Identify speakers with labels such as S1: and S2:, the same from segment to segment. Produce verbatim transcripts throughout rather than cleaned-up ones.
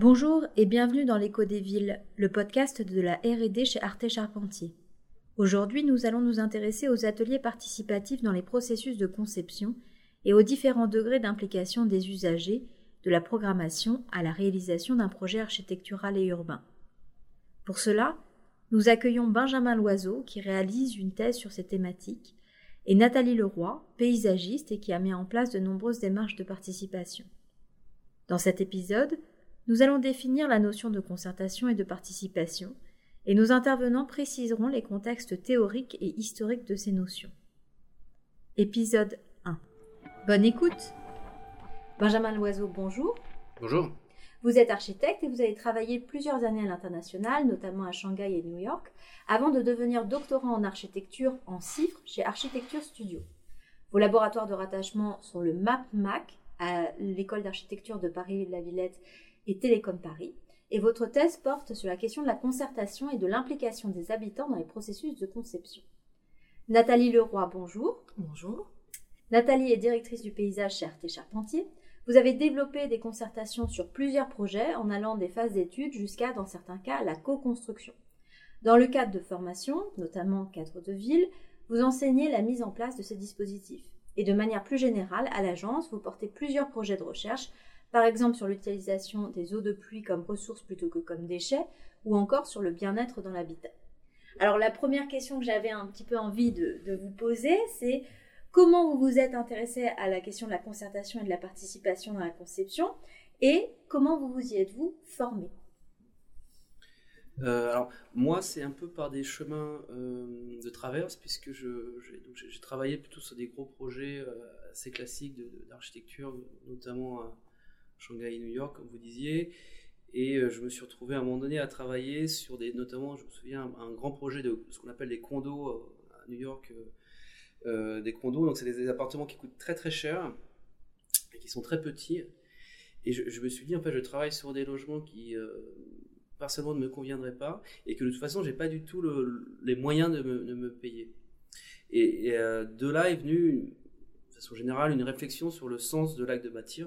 S1: Bonjour et bienvenue dans l'Écho des villes, le podcast de la R et D chez Arte Charpentier. Aujourd'hui, nous allons nous intéresser aux ateliers participatifs dans les processus de conception et aux différents degrés d'implication des usagers, de la programmation à la réalisation d'un projet architectural et urbain. Pour cela, nous accueillons Benjamin Loiseau qui réalise une thèse sur ces thématiques et Nathalie Leroy, paysagiste et qui a mis en place de nombreuses démarches de participation. Dans cet épisode, nous allons définir la notion de concertation et de participation, et nos intervenants préciseront les contextes théoriques et historiques de ces notions. Épisode un. Bonne écoute. Benjamin Loiseau, bonjour.
S2: Bonjour.
S1: Vous êtes architecte et vous avez travaillé plusieurs années à l'international, notamment à Shanghai et New York, avant de devenir doctorant en architecture en CIFRE chez Architecture Studio. Vos laboratoires de rattachement sont le M A P M A C à l'école d'architecture de Paris-La Villette et Télécom Paris, et votre thèse porte sur la question de la concertation et de l'implication des habitants dans les processus de conception. Nathalie Leroy, bonjour.
S3: Bonjour.
S1: Nathalie est directrice du paysage chez Arte Charpentier. Vous avez développé des concertations sur plusieurs projets en allant des phases d'études jusqu'à, dans certains cas, la co-construction. Dans le cadre de formation, notamment cadre de ville, vous enseignez la mise en place de ces dispositifs. Et de manière plus générale, à l'agence, vous portez plusieurs projets de recherche, par exemple sur l'utilisation des eaux de pluie comme ressources plutôt que comme déchets, ou encore sur le bien-être dans l'habitat. Alors la première question que j'avais un petit peu envie de, de vous poser, c'est comment vous vous êtes intéressé à la question de la concertation et de la participation dans la conception, et comment vous vous y êtes-vous formé ?
S2: Euh, alors, moi, c'est un peu par des chemins euh, de traverse, puisque je, j'ai, donc j'ai, j'ai travaillé plutôt sur des gros projets euh, assez classiques de, de, d'architecture, notamment à Shanghai et New York, comme vous disiez, et euh, je me suis retrouvé à un moment donné à travailler sur des, notamment, je me souviens, un, un grand projet de ce qu'on appelle des condos euh, à New York, euh, euh, des condos, donc c'est des, des appartements qui coûtent très très cher, et qui sont très petits, et je, je me suis dit, en fait, je travaille sur des logements qui... Euh, personnellement ne me conviendrait pas et que de toute façon j'ai pas du tout le, les moyens de me, de me payer et, et euh, de là est venue de façon générale une réflexion sur le sens de l'acte de bâtir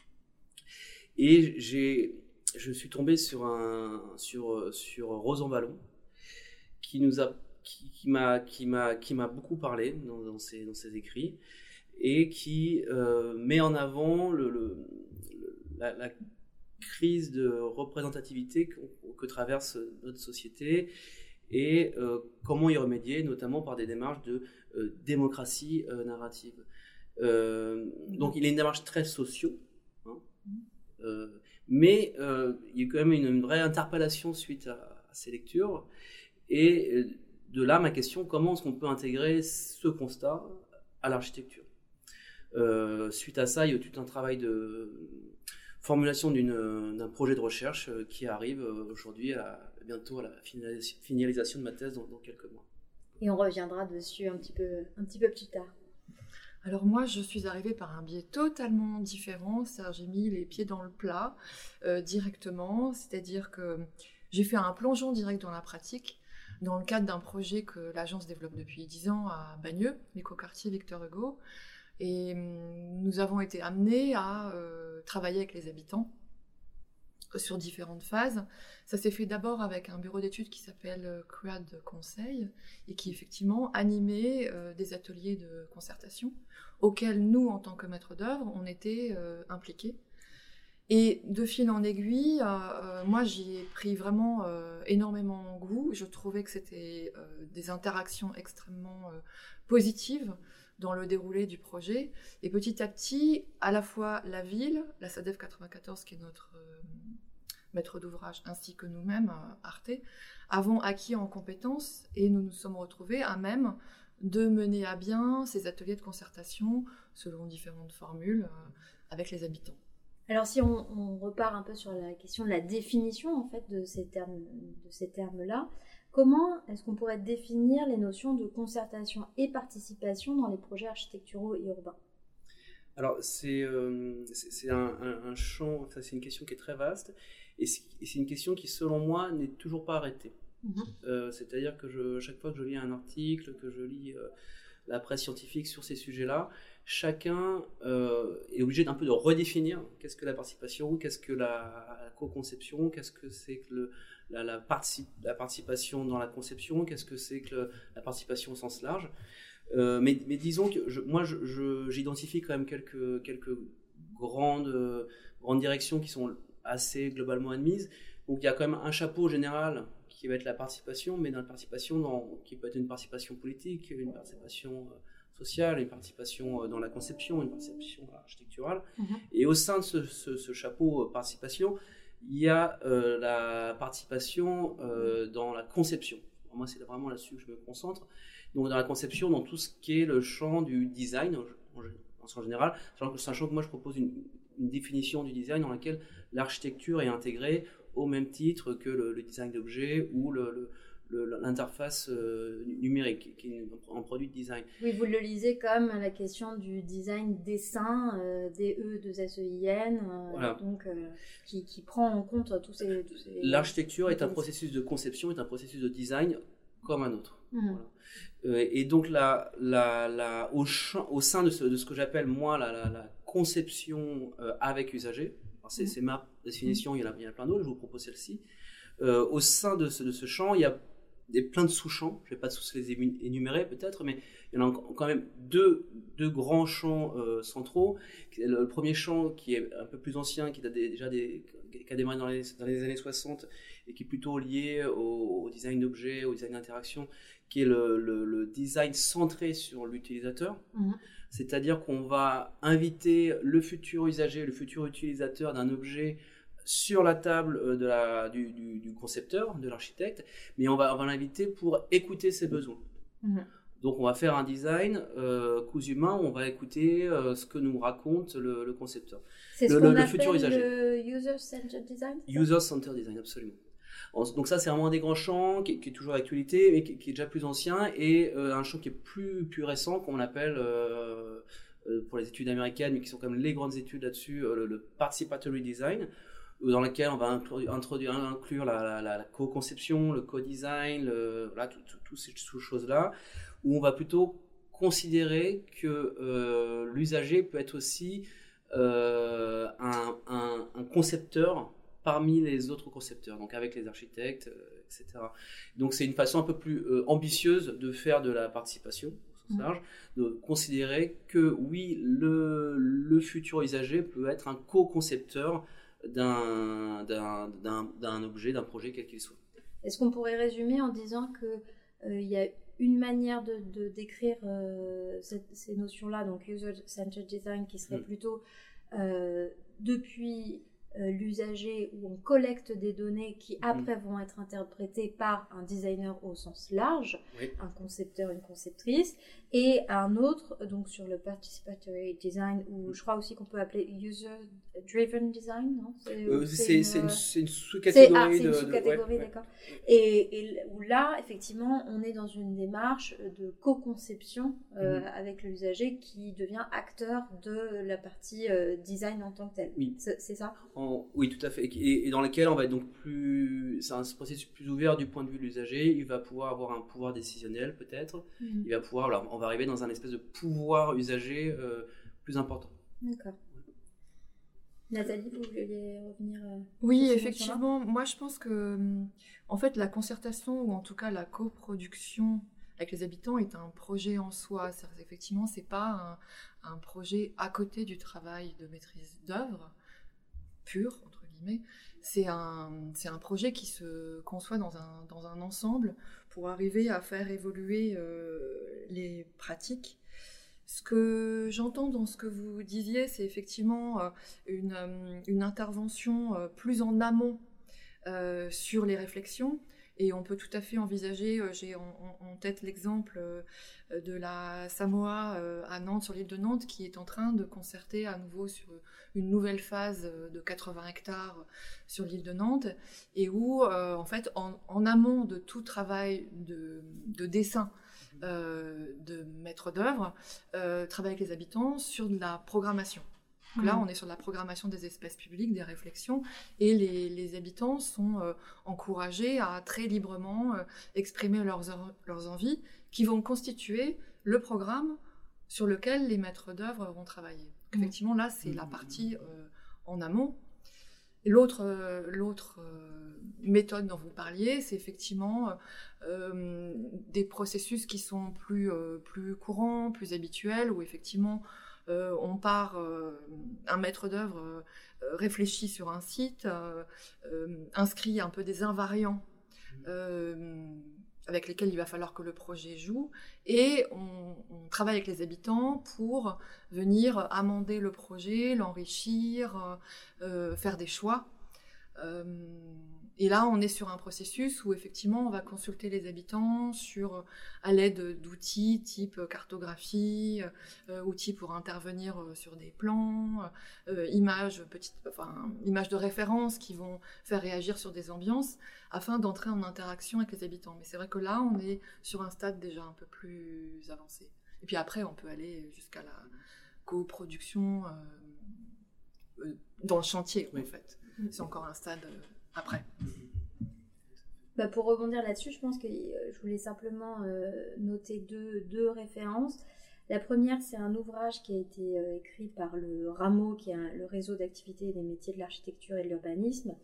S2: et j'ai je suis tombé sur un sur sur Rosanvallon qui nous a qui, qui m'a qui m'a qui m'a beaucoup parlé dans, dans ses dans ses écrits et qui euh, met en avant le, le la, la crise de représentativité que, que traverse notre société et euh, comment y remédier, notamment par des démarches de euh, démocratie euh, narrative. Euh, donc il est une démarche très socio, hein, euh, mais euh, il y a quand même une, une vraie interpellation suite à, à ces lectures et de là ma question, comment est-ce qu'on peut intégrer ce constat à l'architecture ? euh, Suite à ça, il y a tout un travail de formulation d'une, d'un projet de recherche qui arrive aujourd'hui, à, bientôt à la finalisation de ma thèse dans, dans quelques mois.
S1: Et on reviendra dessus un petit peu, un petit peu plus tard.
S3: Alors moi, je suis arrivée par un biais totalement différent, c'est-à-dire j'ai mis les pieds dans le plat euh, directement, c'est-à-dire que j'ai fait un plongeon direct dans la pratique, dans le cadre d'un projet que l'agence développe depuis dix ans à Bagneux, l'écoquartier Victor Hugo. Et nous avons été amenés à euh, travailler avec les habitants sur différentes phases. Ça s'est fait d'abord avec un bureau d'études qui s'appelle C R A D Conseil et qui effectivement animait euh, des ateliers de concertation auxquels nous, en tant que maîtres d'œuvre, on était euh, impliqués. Et de fil en aiguille, euh, moi j'y ai pris vraiment euh, énormément goût. Je trouvais que c'était euh, des interactions extrêmement euh, positives dans le déroulé du projet. Et petit à petit, à la fois la ville, la SADEF quatre-vingt-quatorze qui est notre euh, maître d'ouvrage, ainsi que nous-mêmes, euh, Arte, avons acquis en compétences et nous nous sommes retrouvés à même de mener à bien ces ateliers de concertation selon différentes formules euh, avec les habitants.
S1: Alors si on, on repart un peu sur la question de la définition en fait de ces termes, de ces termes-là, comment est-ce qu'on pourrait définir les notions de concertation et participation dans les projets architecturaux et urbains ?
S2: Alors c'est, euh, c'est, c'est un, un, un champ, enfin, c'est une question qui est très vaste et c'est, et c'est une question qui selon moi n'est toujours pas arrêtée. Mmh. Euh, c'est-à-dire que je, chaque fois que je lis un article, que je lis euh, la presse scientifique sur ces sujets-là, chacun euh, est obligé d'un peu de redéfinir qu'est-ce que la participation, qu'est-ce que la, la co-conception, qu'est-ce que c'est que le, la, la, particip, la participation dans la conception, qu'est-ce que c'est que le, la participation au sens large. Euh, mais, mais disons que je, moi, je, je, j'identifie quand même quelques, quelques grandes, euh, grandes directions qui sont assez globalement admises. Donc il y a quand même un chapeau général qui va être la participation, mais dans la participation dans, qui peut être une participation politique, une participation euh, sociale, une participation euh, dans la conception, une participation architecturale. Mmh. Et au sein de ce, ce, ce chapeau euh, participation, il y a euh, la participation euh, dans la conception. Alors moi, c'est vraiment là-dessus que je me concentre. Donc dans la conception, dans tout ce qui est le champ du design, en, en, en sens général, sachant que moi je propose une, une définition du design dans laquelle l'architecture est intégrée au même titre que le, le design d'objets ou le, le, le, l'interface euh, numérique, qui est un produit de design.
S1: Oui, vous le lisez comme la question du design dessin, euh, D E deux S E I N, euh, voilà. donc, euh, qui, qui prend en compte tous ces... Tous ces
S2: L'architecture est un processus de conception, est un processus de design comme un autre. Mmh. Voilà. Euh, et donc, la, la, la, au, champ, au sein de ce, de ce que j'appelle, moi, la, la, la conception euh, avec usager, C'est, c'est ma définition, il y en a, il y en a plein d'autres, je vous propose celle-ci. Euh, au sein de ce, de ce champ, il y a des, plein de sous-champs, je ne vais pas tous les énumérer peut-être, mais il y en a quand même deux, deux grands champs euh, centraux. Le, le premier champ qui est un peu plus ancien, qui a des, déjà des, qui a démarré dans les, dans les années soixante et qui est plutôt lié au, au design d'objets, au design d'interaction, qui est le, le, le design centré sur l'utilisateur. Mmh. C'est-à-dire qu'on va inviter le futur usager, le futur utilisateur d'un objet sur la table de la, du, du, du concepteur, de l'architecte, mais on va, on va l'inviter pour écouter ses besoins. Mmh. Donc on va faire un design euh, cousu humain, où on va écouter euh, ce que nous raconte le, le concepteur.
S1: C'est
S2: le,
S1: ce qu'on
S2: le, le
S1: appelle
S2: futur usager.
S1: le user-centered design.
S2: User-centered design, absolument. Donc ça, c'est vraiment un des grands champs qui, qui est toujours d'actualité, mais qui, qui est déjà plus ancien, et euh, un champ qui est plus, plus récent, qu'on appelle, euh, euh, pour les études américaines, mais qui sont quand même les grandes études là-dessus, euh, le, le participatory design, dans lequel on va inclure, introduire, inclure la, la, la, la co-conception, le co-design, le, voilà, toutes ces choses-là, où on va plutôt considérer que euh, l'usager peut être aussi euh, un, un, un concepteur parmi les autres concepteurs, donc avec les architectes, euh, et cetera. Donc c'est une façon un peu plus euh, ambitieuse de faire de la participation, au sens large, de considérer que oui, le, le futur usager peut être un co-concepteur d'un, d'un, d'un, d'un objet, d'un projet, quel qu'il soit.
S1: Est-ce qu'on pourrait résumer en disant qu'il euh, y a une manière de, de décrire euh, cette, ces notions-là, donc user-centered design, qui serait mmh. plutôt euh, depuis... Euh, l'usager, où on collecte des données qui après vont être interprétées par un designer au sens large, oui. un concepteur, une conceptrice, et un autre, donc sur le participatory design, ou je crois aussi qu'on peut appeler user-driven design, non
S2: c'est, euh, c'est, c'est, une, c'est, une, c'est une sous-catégorie.
S1: C'est, ah, c'est
S2: une
S1: de, sous-catégorie,
S2: de,
S1: d'accord.
S2: Ouais.
S1: Et, et où là, effectivement, on est dans une démarche de co-conception euh, mm-hmm. avec l'usager qui devient acteur de la partie euh, design en tant que tel.
S2: Oui.
S1: C'est, c'est ça?
S2: En, oui, tout à fait. Et, et dans lequel on va être donc plus, c'est un processus plus ouvert du point de vue de l'usager. Il va pouvoir avoir un pouvoir décisionnel peut-être. Mm-hmm. Il va pouvoir, alors, on va arriver dans un espèce de pouvoir usager euh, plus important.
S1: D'accord. Nathalie, vous vouliez revenir euh,
S3: Oui, effectivement. Moi, je pense que, en fait, la concertation ou en tout cas la coproduction avec les habitants est un projet en soi. C'est-à-dire, effectivement, c'est pas un, un projet à côté du travail de maîtrise d'œuvre pur, entre guillemets. C'est un, c'est un projet qui se conçoit dans un, dans un ensemble pour arriver à faire évoluer euh, les pratiques. Ce que j'entends dans ce que vous disiez, c'est effectivement euh, une, une intervention euh, plus en amont euh, sur les réflexions. Et on peut tout à fait envisager, euh, j'ai en, en, en tête l'exemple euh, de la Samoa euh, à Nantes, sur l'île de Nantes, qui est en train de concerter à nouveau sur une nouvelle phase de quatre-vingts hectares sur l'île de Nantes, et où, euh, en fait, en, en amont de tout travail de, de dessin, euh, de maître d'œuvre, euh, travaille avec les habitants sur de la programmation. Donc là, on est sur la programmation des espaces publics, des réflexions, et les, les habitants sont euh, encouragés à très librement euh, exprimer leurs, leurs envies, qui vont constituer le programme sur lequel les maîtres d'œuvre vont travailler. Donc, effectivement, là, c'est la partie euh, en amont. Et l'autre, euh, l'autre euh, méthode dont vous parliez, c'est effectivement euh, des processus qui sont plus, euh, plus courants, plus habituels, où effectivement euh, on part, euh, un maître d'œuvre euh, réfléchit sur un site, euh, euh, inscrit un peu des invariants euh, avec lesquels il va falloir que le projet joue, et on, on travaille avec les habitants pour venir amender le projet, l'enrichir, euh, faire des choix. Euh, et là, on est sur un processus où effectivement, on va consulter les habitants sur, à l'aide d'outils type cartographie, euh, outils pour intervenir sur des plans, euh, images, petites, enfin, images de référence qui vont faire réagir sur des ambiances, afin d'entrer en interaction avec les habitants. Mais c'est vrai que là, on est sur un stade déjà un peu plus avancé. Et puis après, on peut aller jusqu'à la coproduction euh, euh, dans le chantier, oui. En fait. C'est encore un stade euh, après.
S1: Bah pour rebondir là-dessus, je pense que euh, je voulais simplement euh, noter deux, deux références. La première, c'est un ouvrage qui a été euh, écrit par le RAMO, qui est un, le réseau d'activités et des métiers de l'architecture et de l'urbanisme.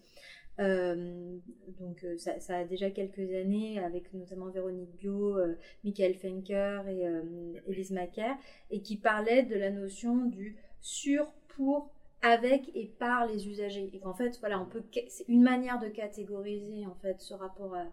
S1: Euh, donc euh, ça, ça a déjà quelques années, avec notamment Véronique Biot, euh, Michael Fenker et euh, Élise Macaire, et qui parlait de la notion du sur, pour, avec et par les usagers, et qu'en fait voilà, on peut, c'est une manière de catégoriser en fait ce rapport à,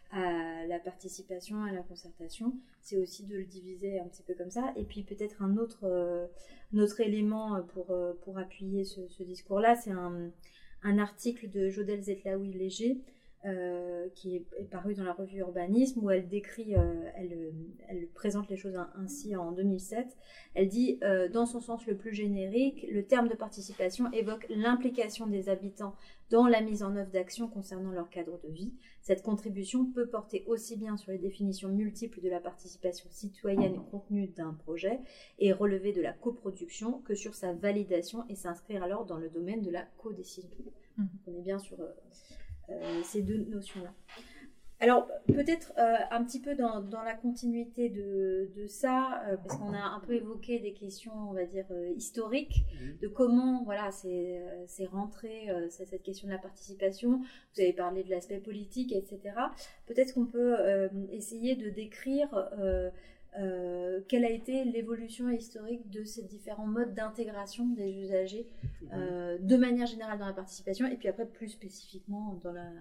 S1: à la participation, à la concertation, c'est aussi de le diviser un petit peu comme ça. Et puis peut-être un autre, euh, un autre élément pour, euh, pour appuyer ce, ce discours-là, c'est un, un article de Jodelle Zetlaoui-Léger euh, qui est, est paru dans la revue Urbanisme, où elle décrit, euh, elle, elle présente les choses ainsi en deux mille sept. Elle dit, euh, dans son sens le plus générique, le terme de participation évoque l'implication des habitants dans la mise en œuvre d'actions concernant leur cadre de vie. Cette contribution peut porter aussi bien sur les définitions multiples de la participation citoyenne contenue d'un projet et relever de la coproduction que sur sa validation, et s'inscrire alors dans le domaine de la codécision. Mmh. On est bien sur euh, euh, ces deux notions-là. Alors, peut-être euh, un petit peu dans, dans la continuité de, de ça, euh, parce qu'on a un peu évoqué des questions, on va dire, euh, historiques, mmh. de comment, voilà, c'est, euh, c'est rentré, euh, c'est cette question de la participation. Vous avez parlé de l'aspect politique, et cetera. Peut-être qu'on peut euh, essayer de décrire euh, euh, quelle a été l'évolution historique de ces différents modes d'intégration des usagers, euh, de manière générale dans la participation, et puis après, plus spécifiquement dans la...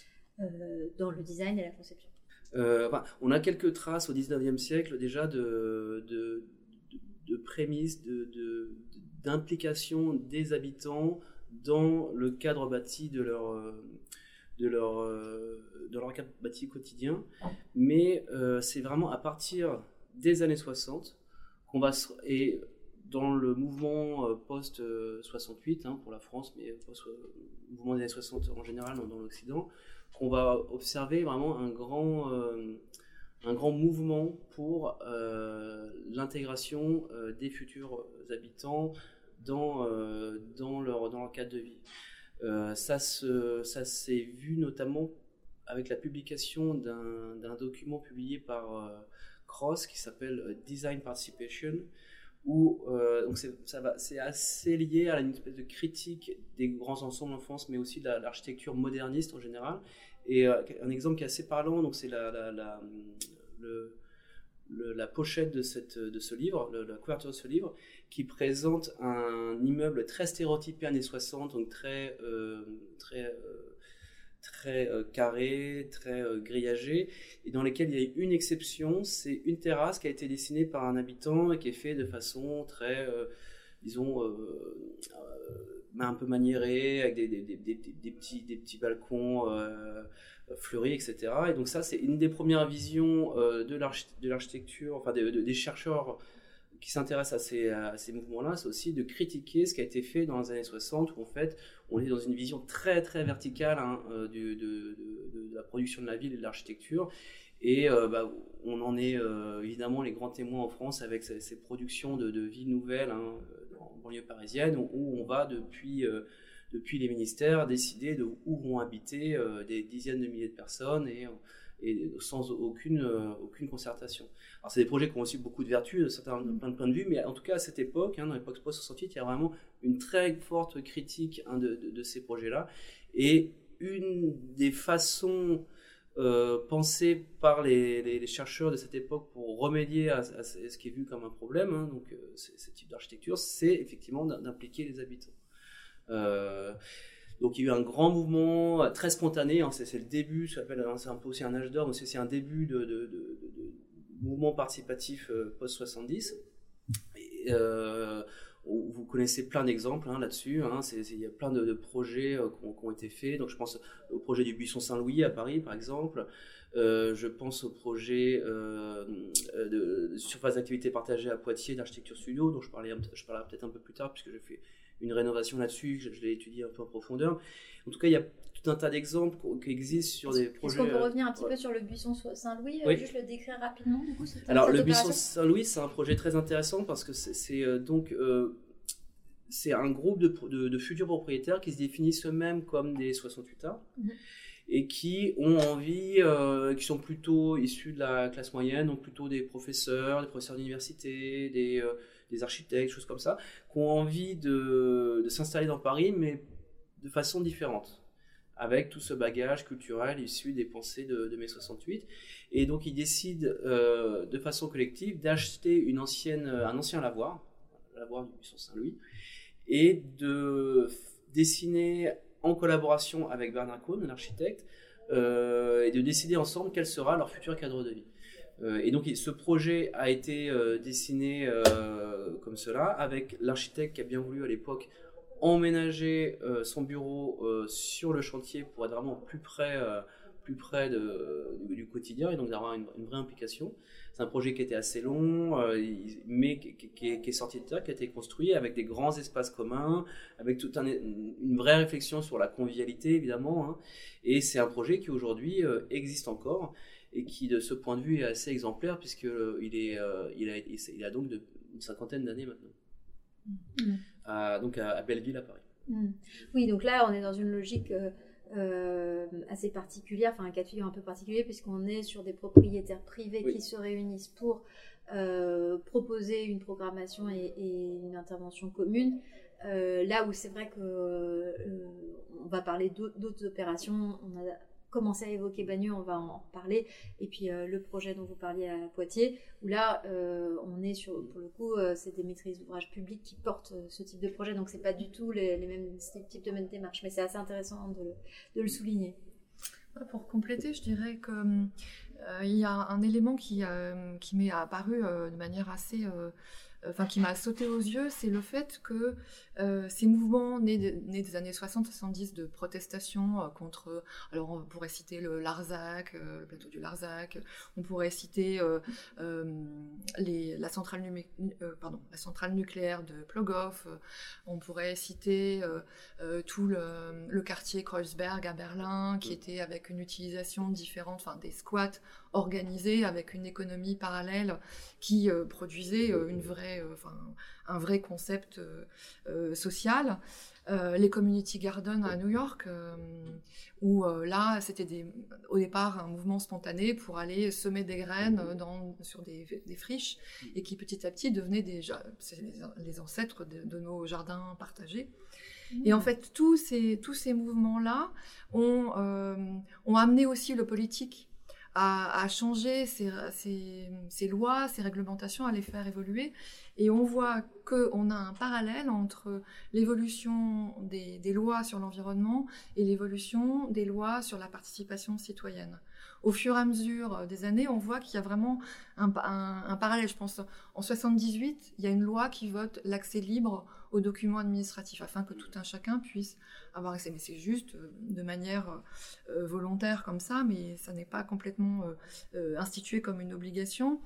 S1: Euh, dans le design et la conception.
S2: Euh, enfin, on a quelques traces au dix-neuvième siècle déjà de, de, de, de prémices, de, de, d'implication des habitants dans le cadre bâti de leur, de leur, de leur cadre bâti quotidien. Mais euh, c'est vraiment à partir des années soixante qu'on va se, et dans le mouvement post-soixante-huit hein, pour la France, mais le mouvement des années soixante en général dans, dans l'Occident, qu'on va observer vraiment un grand, euh, un grand mouvement pour euh, l'intégration euh, des futurs habitants dans, euh, dans, leur, dans leur cadre de vie. Euh, ça, se, ça s'est vu notamment avec la publication d'un, d'un document publié par euh, Cross qui s'appelle Design Participation, où euh, donc c'est, ça va, c'est assez lié à une espèce de critique des grands ensembles en France, mais aussi de la, l'architecture moderniste en général. Et euh, un exemple qui est assez parlant, donc c'est la, la, la, le, le, la pochette de, cette, de ce livre, le, la couverture de ce livre, qui présente un immeuble très stéréotypé années soixante, donc très, euh, très, euh, très euh, carré, très euh, grillagé, et dans lesquels il y a une exception, c'est une terrasse qui a été dessinée par un habitant et qui est faite de façon très, euh, disons, euh, euh, un peu maniérée, avec des, des, des, des, des, petits, des petits balcons euh, fleuris, et cetera. Et donc ça, c'est une des premières visions euh, de, l'archi- de l'architecture, enfin de, de, des chercheurs qui s'intéressent à ces, à ces mouvements-là, c'est aussi de critiquer ce qui a été fait dans les années soixante, où en fait, on est dans une vision très très verticale hein, du, de, de, de la production de la ville et de l'architecture. Et euh, bah, on en est euh, évidemment les grands témoins en France avec ces, ces productions de, de villes nouvelles hein, en banlieue parisienne, où, où on va depuis, euh, depuis les ministères décider de où vont habiter euh, des dizaines de milliers de personnes et, et sans aucune, euh, aucune concertation. Alors c'est des projets qui ont aussi beaucoup de vertus, de certains plein de points de vue, mais en tout cas à cette époque, hein, dans l'époque post-soixante-huit, il y a vraiment une très forte critique hein, de, de, de ces projets-là. Et une des façons euh, pensées par les, les, les chercheurs de cette époque pour remédier à, à ce qui est vu comme un problème, hein, donc euh, ce type d'architecture, c'est effectivement d'impliquer les habitants. Euh, donc il y a eu un grand mouvement très spontané, hein, c'est, c'est le début, c'est un peu aussi un âge d'or, mais c'est, c'est un début de, de, de, de, de mouvement participatif euh, post-soixante-dix. Et, euh, vous connaissez plein d'exemples hein, là-dessus, hein, c'est, c'est, il y a plein de, de projets euh, qui, ont, qui ont été faits, donc je pense au projet du Buisson Saint-Louis à Paris par exemple, euh, je pense au projet euh, de, de surface d'activité partagée à Poitiers d'architecture studio, dont je, parlais, je parlerai peut-être un peu plus tard puisque j'ai fait une rénovation là-dessus, je, je l'ai étudié un peu en profondeur. En tout cas, il y a tout un tas d'exemples qui existent sur des projets...
S1: Est-ce qu'on peut revenir un petit euh, peu sur le Buisson Saint-Louis,
S2: oui.
S1: Juste le décrire rapidement du coup, cette,
S2: Alors,
S1: cette
S2: le
S1: opération.
S2: Buisson Saint-Louis, c'est un projet très intéressant parce que c'est, c'est euh, donc... Euh, c'est un groupe de, de, de futurs propriétaires qui se définissent eux-mêmes comme des soixante-huitards mmh. et qui ont envie, euh, qui sont plutôt issus de la classe moyenne, donc plutôt des professeurs, des professeurs d'université, des, euh, des architectes, choses comme ça, qui ont envie de, de s'installer dans Paris, mais de façon différente, avec tout ce bagage culturel issu des pensées de, de mai soixante-huit. Et donc ils décident euh, de façon collective d'acheter une ancienne, un ancien lavoir, le lavoir du Buisson Saint-Louis, et de dessiner en collaboration avec Bernard Cohn, l'architecte, euh, et de décider ensemble quel sera leur futur cadre de vie. Euh, et donc ce projet a été euh, dessiné euh, comme cela, avec l'architecte qui a bien voulu à l'époque emménager euh, son bureau euh, sur le chantier pour être vraiment plus près, euh, plus près de, du, du quotidien et donc d'avoir une, une vraie implication. C'est un projet qui était assez long, euh, mais qui, qui, qui, est, qui est sorti de terre, qui a été construit avec des grands espaces communs, avec toute un, une vraie réflexion sur la convivialité, évidemment. Hein. Et c'est un projet qui aujourd'hui euh, existe encore et qui, de ce point de vue, est assez exemplaire puisqu'il euh, est, euh, il, a, il a donc de, une cinquantaine d'années maintenant. Mmh. À, donc à, à Belleville, à Paris.
S1: Mmh. Oui, donc là, on est dans une logique... Euh... Euh, assez particulière, enfin un cas de figure un peu particulier puisqu'on est sur des propriétaires privés oui. qui se réunissent pour euh, proposer une programmation et, et une intervention commune. Euh, là où c'est vrai que euh, on va parler d'autres, d'autres opérations, on a commencé à évoquer Bagneux, on va en reparler, et puis euh, le projet dont vous parliez à Poitiers, où là euh, on est sur, pour le coup, euh, c'est des maîtrises d'ouvrage publics qui portent euh, ce type de projet, donc c'est pas du tout les, les mêmes types de mêmes démarches, mais c'est assez intéressant de, de le souligner.
S3: Pour compléter, je dirais que euh, il y a un élément qui, euh, qui m'est apparu euh, de manière assez... Euh, Enfin, qui m'a sauté aux yeux, c'est le fait que euh, ces mouvements nés, de, nés des années soixante soixante-dix de protestation euh, contre, alors on pourrait citer le Larzac, euh, le plateau du Larzac, on pourrait citer euh, euh, les, la, centrale numé, euh, pardon, la centrale nucléaire de Plogoff, euh, on pourrait citer euh, euh, tout le, le quartier Kreuzberg à Berlin, qui était avec une utilisation différente, enfin des squats organisés avec une économie parallèle qui euh, produisait euh, une vraie Enfin, un vrai concept euh, euh, social. Euh, les community gardens à New York, euh, où euh, là, c'était des, au départ un mouvement spontané pour aller semer des graines dans, sur des, des friches, et qui petit à petit devenaient des, c'est les, les ancêtres de, de nos jardins partagés. Et en fait, tous ces, tous ces mouvements-là ont, euh, ont amené aussi le politique à, à changer ces, ces, ces lois, ces réglementations, à les faire évoluer. Et on voit qu'on a un parallèle entre l'évolution des, des lois sur l'environnement et l'évolution des lois sur la participation citoyenne. Au fur et à mesure des années, on voit qu'il y a vraiment un, un, un parallèle. Je pense en soixante-dix-huit, il y a une loi qui vote l'accès libre aux documents administratifs afin que tout un chacun puisse avoir accès. Mais c'est juste de manière euh, volontaire comme ça, mais ça n'est pas complètement euh, euh, institué comme une obligation.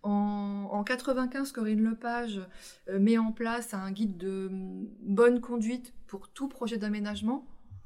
S3: En, en quatre-vingt-quinze, Corinne Lepage euh, met en place un guide de bonne conduite pour tout projet d'aménagement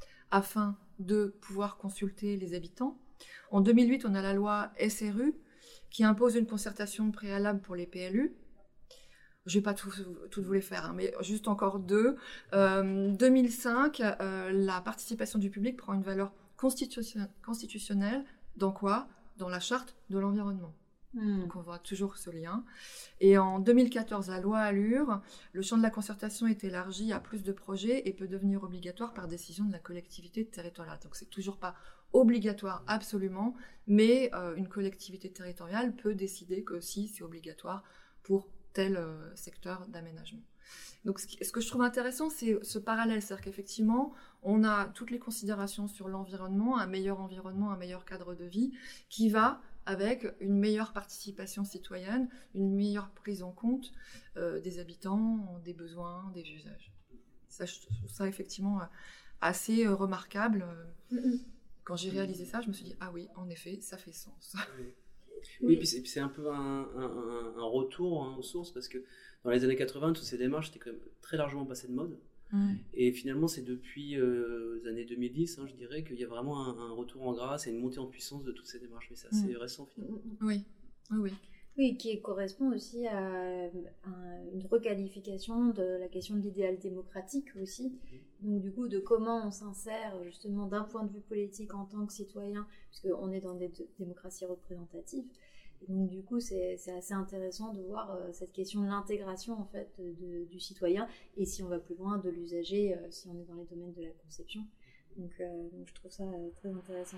S3: afin de pouvoir consulter les habitants. En deux mille huit, on a la loi S R U qui impose une concertation préalable pour les P L U. Je ne vais pas tout, tout vous les faire, hein, mais juste encore deux. Euh, deux mille cinq, euh, la participation du public prend une valeur constitution- constitutionnelle. Dans quoi ? dans la charte de l'environnement.
S1: Mmh.
S3: Donc on voit toujours ce lien. Et en deux mille quatorze, la loi Allure, le champ de la concertation est élargi à plus de projets et peut devenir obligatoire par décision de la collectivité territoriale. Donc c'est toujours pas obligatoire absolument, mais euh, une collectivité territoriale peut décider que si c'est obligatoire pour tel euh, secteur d'aménagement. Donc ce, qui, ce que je trouve intéressant, c'est ce parallèle, c'est-à-dire qu'effectivement, on a toutes les considérations sur l'environnement, un meilleur environnement, un meilleur cadre de vie, qui va avec une meilleure participation citoyenne, une meilleure prise en compte euh, des habitants, des besoins, des usages. Ça, je trouve ça effectivement assez euh, remarquable. Mm-hmm. Quand j'ai réalisé ça, je me suis dit, ah oui, en effet, ça fait sens.
S2: Oui, oui, et puis c'est, puis c'est un peu un, un, un retour hein, aux sources, parce que dans les années quatre-vingts, toutes ces démarches étaient quand même très largement passées de mode. Mmh. Et finalement, c'est depuis euh, les années deux mille dix, hein, je dirais, qu'il y a vraiment un, un retour en grâce et une montée en puissance de toutes ces démarches. Mais c'est assez mmh. récent, finalement.
S3: Oui, oui, oui.
S1: Oui, qui correspond aussi à, à une requalification de la question de l'idéal démocratique aussi. Mmh. Donc du coup, de comment on s'insère justement d'un point de vue politique en tant que citoyen, puisqu'on est dans des démocraties représentatives. Et donc du coup, c'est, c'est assez intéressant de voir euh, cette question de l'intégration en fait de, de, du citoyen, et si on va plus loin, de l'usager, euh, si on est dans les domaines de la conception. Donc, euh, donc je trouve ça euh, très intéressant.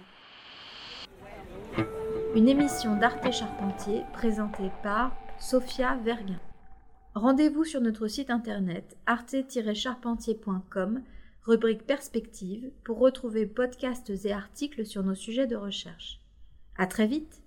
S1: Une émission d'Arte Charpentier présentée par Sophia Verguin. Rendez-vous sur notre site internet arte tiret charpentier point com, rubrique Perspective, pour retrouver podcasts et articles sur nos sujets de recherche. À très vite!